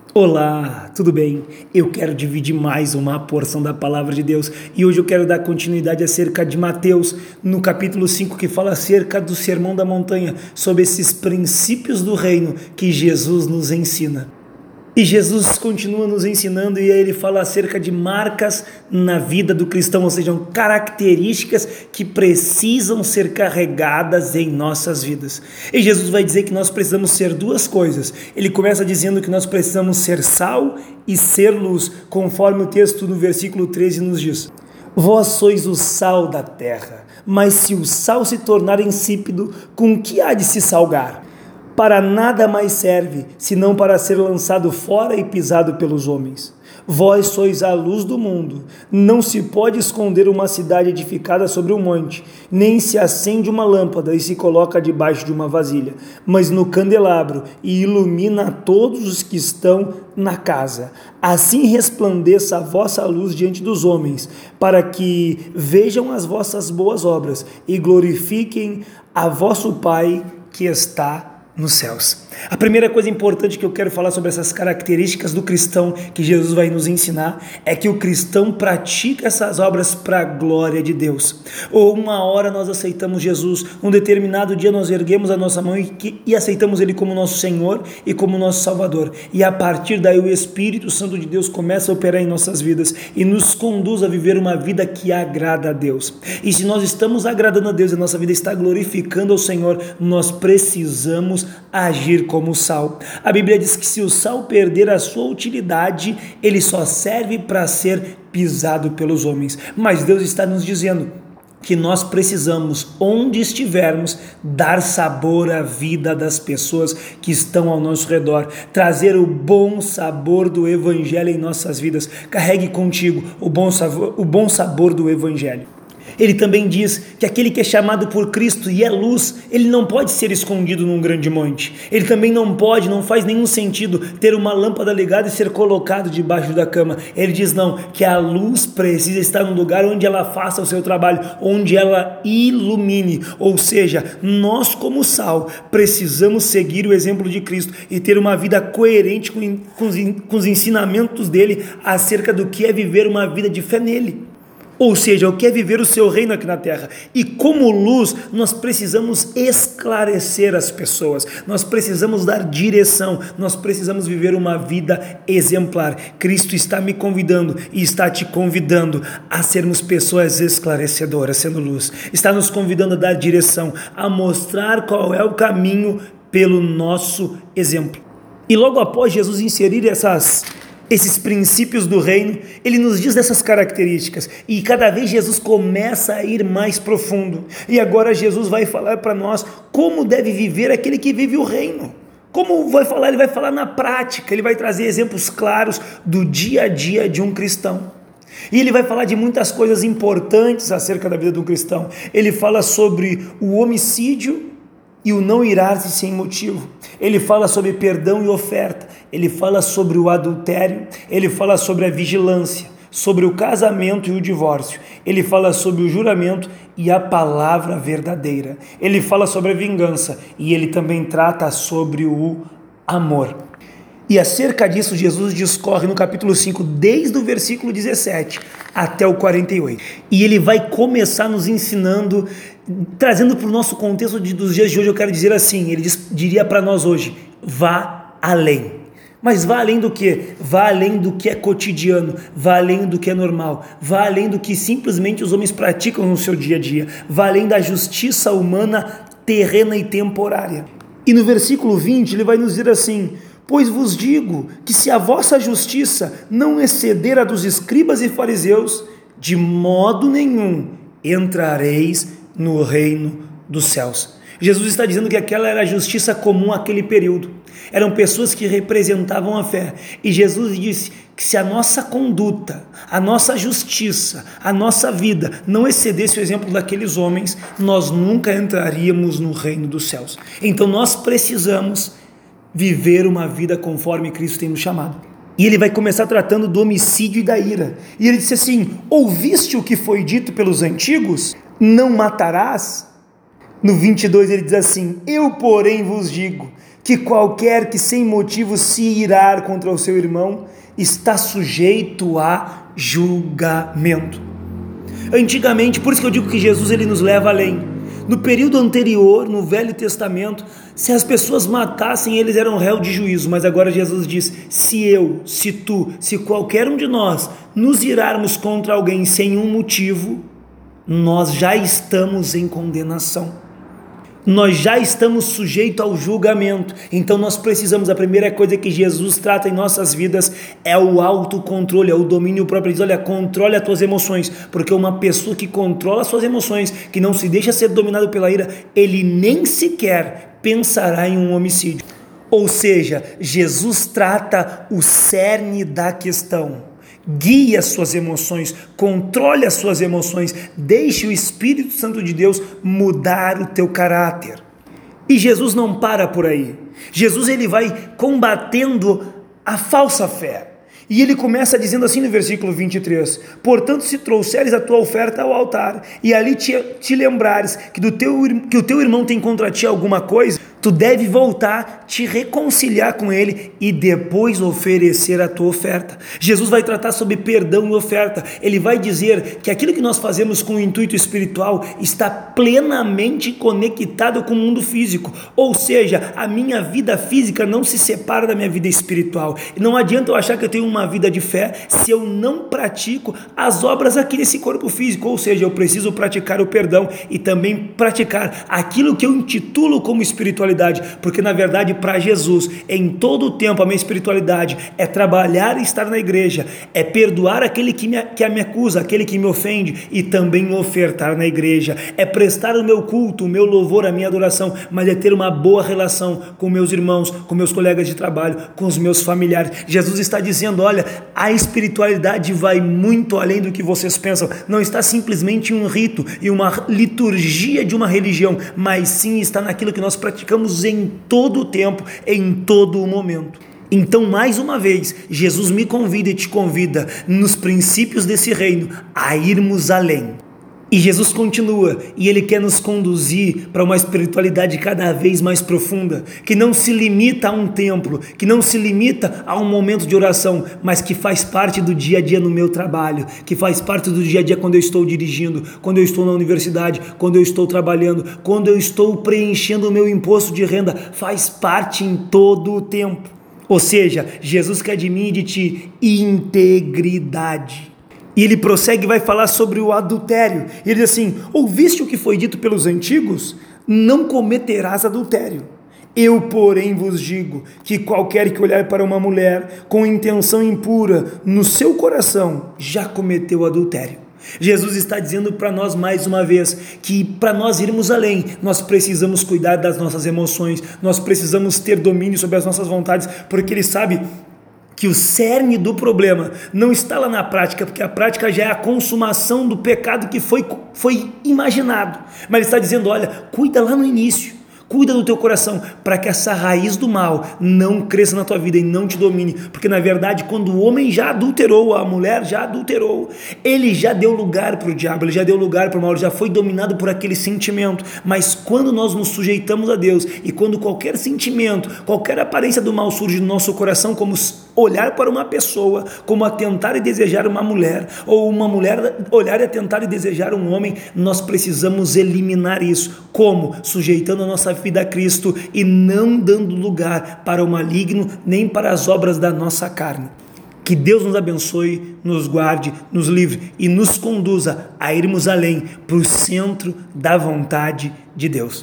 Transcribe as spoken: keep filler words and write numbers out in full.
Olá, tudo bem? Eu quero dividir mais uma porção da palavra de Deus e hoje eu quero dar continuidade acerca de Mateus, no capítulo cinco, que fala acerca do Sermão da Montanha, sobre esses princípios do reino que Jesus nos ensina. E Jesus continua nos ensinando e aí ele fala acerca de marcas na vida do cristão, ou seja, características que precisam ser carregadas em nossas vidas. E Jesus vai dizer que nós precisamos ser duas coisas. Ele começa dizendo que nós precisamos ser sal e ser luz, conforme o texto no versículo treze nos diz: Vós sois o sal da terra, mas se o sal se tornar insípido, com que há de se salgar? Para nada mais serve, senão para ser lançado fora e pisado pelos homens. Vós sois a luz do mundo. Não se pode esconder uma cidade edificada sobre um monte, nem se acende uma lâmpada e se coloca debaixo de uma vasilha, mas no candelabro, e ilumina todos os que estão na casa. Assim resplandeça a vossa luz diante dos homens, para que vejam as vossas boas obras e glorifiquem a vosso Pai que está nos céus. A primeira coisa importante que eu quero falar sobre essas características do cristão que Jesus vai nos ensinar é que o cristão pratica essas obras para a glória de Deus. Ou uma hora nós aceitamos Jesus, um determinado dia nós erguemos a nossa mão e, e aceitamos Ele como nosso Senhor e como nosso Salvador. E a partir daí o Espírito Santo de Deus começa a operar em nossas vidas e nos conduz a viver uma vida que agrada a Deus. E se nós estamos agradando a Deus e a nossa vida está glorificando ao Senhor, nós precisamos agir como sal. A Bíblia diz que se o sal perder a sua utilidade, ele só serve para ser pisado pelos homens. Mas Deus está nos dizendo que nós precisamos, onde estivermos, dar sabor à vida das pessoas que estão ao nosso redor, trazer o bom sabor do Evangelho em nossas vidas. Carregue contigo o bom sabor, o bom sabor do Evangelho. Ele também diz que aquele que é chamado por Cristo e é luz, ele não pode ser escondido num grande monte. Ele também não pode, não faz nenhum sentido ter uma lâmpada ligada e ser colocado debaixo da cama. Ele diz não, que a luz precisa estar num lugar onde ela faça o seu trabalho, onde ela ilumine. Ou seja, nós como sal precisamos seguir o exemplo de Cristo e ter uma vida coerente com, com, os, com os ensinamentos dele acerca do que é viver uma vida de fé nele. Ou seja, o que é viver o seu reino aqui na terra. E como luz, nós precisamos esclarecer as pessoas, nós precisamos dar direção, nós precisamos viver uma vida exemplar. Cristo está me convidando e está te convidando a sermos pessoas esclarecedoras, sendo luz. Está nos convidando a dar direção, a mostrar qual é o caminho pelo nosso exemplo. E logo após Jesus inserir essas... esses princípios do reino, ele nos diz dessas características e cada vez Jesus começa a ir mais profundo e agora Jesus vai falar para nós como deve viver aquele que vive o reino. Como vai falar? Ele vai falar na prática, ele vai trazer exemplos claros do dia a dia de um cristão. E ele vai falar de muitas coisas importantes acerca da vida de um cristão. Ele fala sobre o homicídio e o não irar-se sem motivo. Ele fala sobre perdão e oferta, ele fala sobre o adultério, ele fala sobre a vigilância, sobre o casamento e o divórcio, ele fala sobre o juramento e a palavra verdadeira, ele fala sobre a vingança e ele também trata sobre o amor. E acerca disso Jesus discorre no capítulo cinco, desde o versículo dezessete até o quarenta e oito. E ele vai começar nos ensinando, trazendo para o nosso contexto de, dos dias de hoje, eu quero dizer assim, ele diz, diria para nós hoje, vá além. Mas vá além do que? Vá além do que é cotidiano, vá além do que é normal, vá além do que simplesmente os homens praticam no seu dia a dia, vá além da justiça humana terrena e temporária. E no versículo vinte ele vai nos dizer assim: pois vos digo que se a vossa justiça não exceder a dos escribas e fariseus, de modo nenhum entrareis no reino dos céus. Jesus está dizendo que aquela era a justiça comum àquele período. Eram pessoas que representavam a fé. E Jesus disse que se a nossa conduta, a nossa justiça, a nossa vida não excedesse o exemplo daqueles homens, nós nunca entraríamos no reino dos céus. Então nós precisamos viver uma vida conforme Cristo tem nos chamado. E ele vai começar tratando do homicídio e da ira. E ele disse assim: ouviste o que foi dito pelos antigos? Não matarás? No vinte e dois ele diz assim: eu porém vos digo, que qualquer que sem motivo se irar contra o seu irmão está sujeito a julgamento. Antigamente, por isso que eu digo que Jesus ele nos leva além. No período anterior, no Velho Testamento, se as pessoas matassem, eles eram réu de juízo, mas agora Jesus diz, se eu, se tu, se qualquer um de nós nos irarmos contra alguém sem um motivo, nós já estamos em condenação. Nós já estamos sujeitos ao julgamento. Então nós precisamos, a primeira coisa que Jesus trata em nossas vidas é o autocontrole, é o domínio próprio. Ele diz, olha, controle as tuas emoções, porque uma pessoa que controla as suas emoções, que não se deixa ser dominado pela ira, ele nem sequer pensará em um homicídio. Ou seja, Jesus trata o cerne da questão. Guie as suas emoções, controle as suas emoções, deixe o Espírito Santo de Deus mudar o teu caráter. E Jesus não para por aí. Jesus ele vai combatendo a falsa fé. E ele começa dizendo assim no versículo vinte e três, portanto se trouxeres a tua oferta ao altar e ali te, te lembrares que, do teu, que o teu irmão tem contra ti alguma coisa, tu deve voltar, te reconciliar com ele e depois oferecer a tua oferta. Jesus vai tratar sobre perdão e oferta. Ele vai dizer que aquilo que nós fazemos com o intuito espiritual está plenamente conectado com o mundo físico. Ou seja, a minha vida física não se separa da minha vida espiritual. Não adianta eu achar que eu tenho uma vida de fé se eu não pratico as obras aqui nesse corpo físico. Ou seja, eu preciso praticar o perdão e também praticar aquilo que eu intitulo como espiritualidade. Porque na verdade para Jesus, em todo o tempo a minha espiritualidade é trabalhar e estar na igreja, é perdoar aquele que me, que me acusa, aquele que me ofende e também ofertar na igreja, é prestar o meu culto, o meu louvor, a minha adoração, mas é ter uma boa relação com meus irmãos, com meus colegas de trabalho, com os meus familiares. Jesus está dizendo, olha, a espiritualidade vai muito além do que vocês pensam, não está simplesmente um rito e uma liturgia de uma religião, mas sim está naquilo que nós praticamos em todo o tempo, em todo o momento. Então, mais uma vez, Jesus me convida e te convida, nos princípios desse reino, a irmos além. E Jesus continua, e Ele quer nos conduzir para uma espiritualidade cada vez mais profunda, que não se limita a um templo, que não se limita a um momento de oração, mas que faz parte do dia a dia no meu trabalho, que faz parte do dia a dia quando eu estou dirigindo, quando eu estou na universidade, quando eu estou trabalhando, quando eu estou preenchendo o meu imposto de renda, faz parte em todo o tempo. Ou seja, Jesus quer de mim e de ti integridade. E ele prossegue e vai falar sobre o adultério. Ele diz assim, ouviste o que foi dito pelos antigos? Não cometerás adultério. Eu, porém, vos digo que qualquer que olhar para uma mulher com intenção impura no seu coração, já cometeu adultério. Jesus está dizendo para nós mais uma vez que para nós irmos além, nós precisamos cuidar das nossas emoções, nós precisamos ter domínio sobre as nossas vontades, porque Ele sabe que o cerne do problema não está lá na prática, porque a prática já é a consumação do pecado que foi, foi imaginado. Mas Ele está dizendo, olha, cuida lá no início, cuida do teu coração, para que essa raiz do mal não cresça na tua vida e não te domine, porque na verdade quando o homem já adulterou, a mulher já adulterou, ele já deu lugar para o diabo, ele já deu lugar para o mal, ele já foi dominado por aquele sentimento. Mas quando nós nos sujeitamos a Deus e quando qualquer sentimento, qualquer aparência do mal surge no nosso coração, como olhar para uma pessoa, como atentar e desejar uma mulher, ou uma mulher olhar e atentar e desejar um homem, nós precisamos eliminar isso. Como? Sujeitando a nossa vida a Cristo e não dando lugar para o maligno, nem para as obras da nossa carne. Que Deus nos abençoe, nos guarde, nos livre e nos conduza a irmos além, para o centro da vontade de Deus.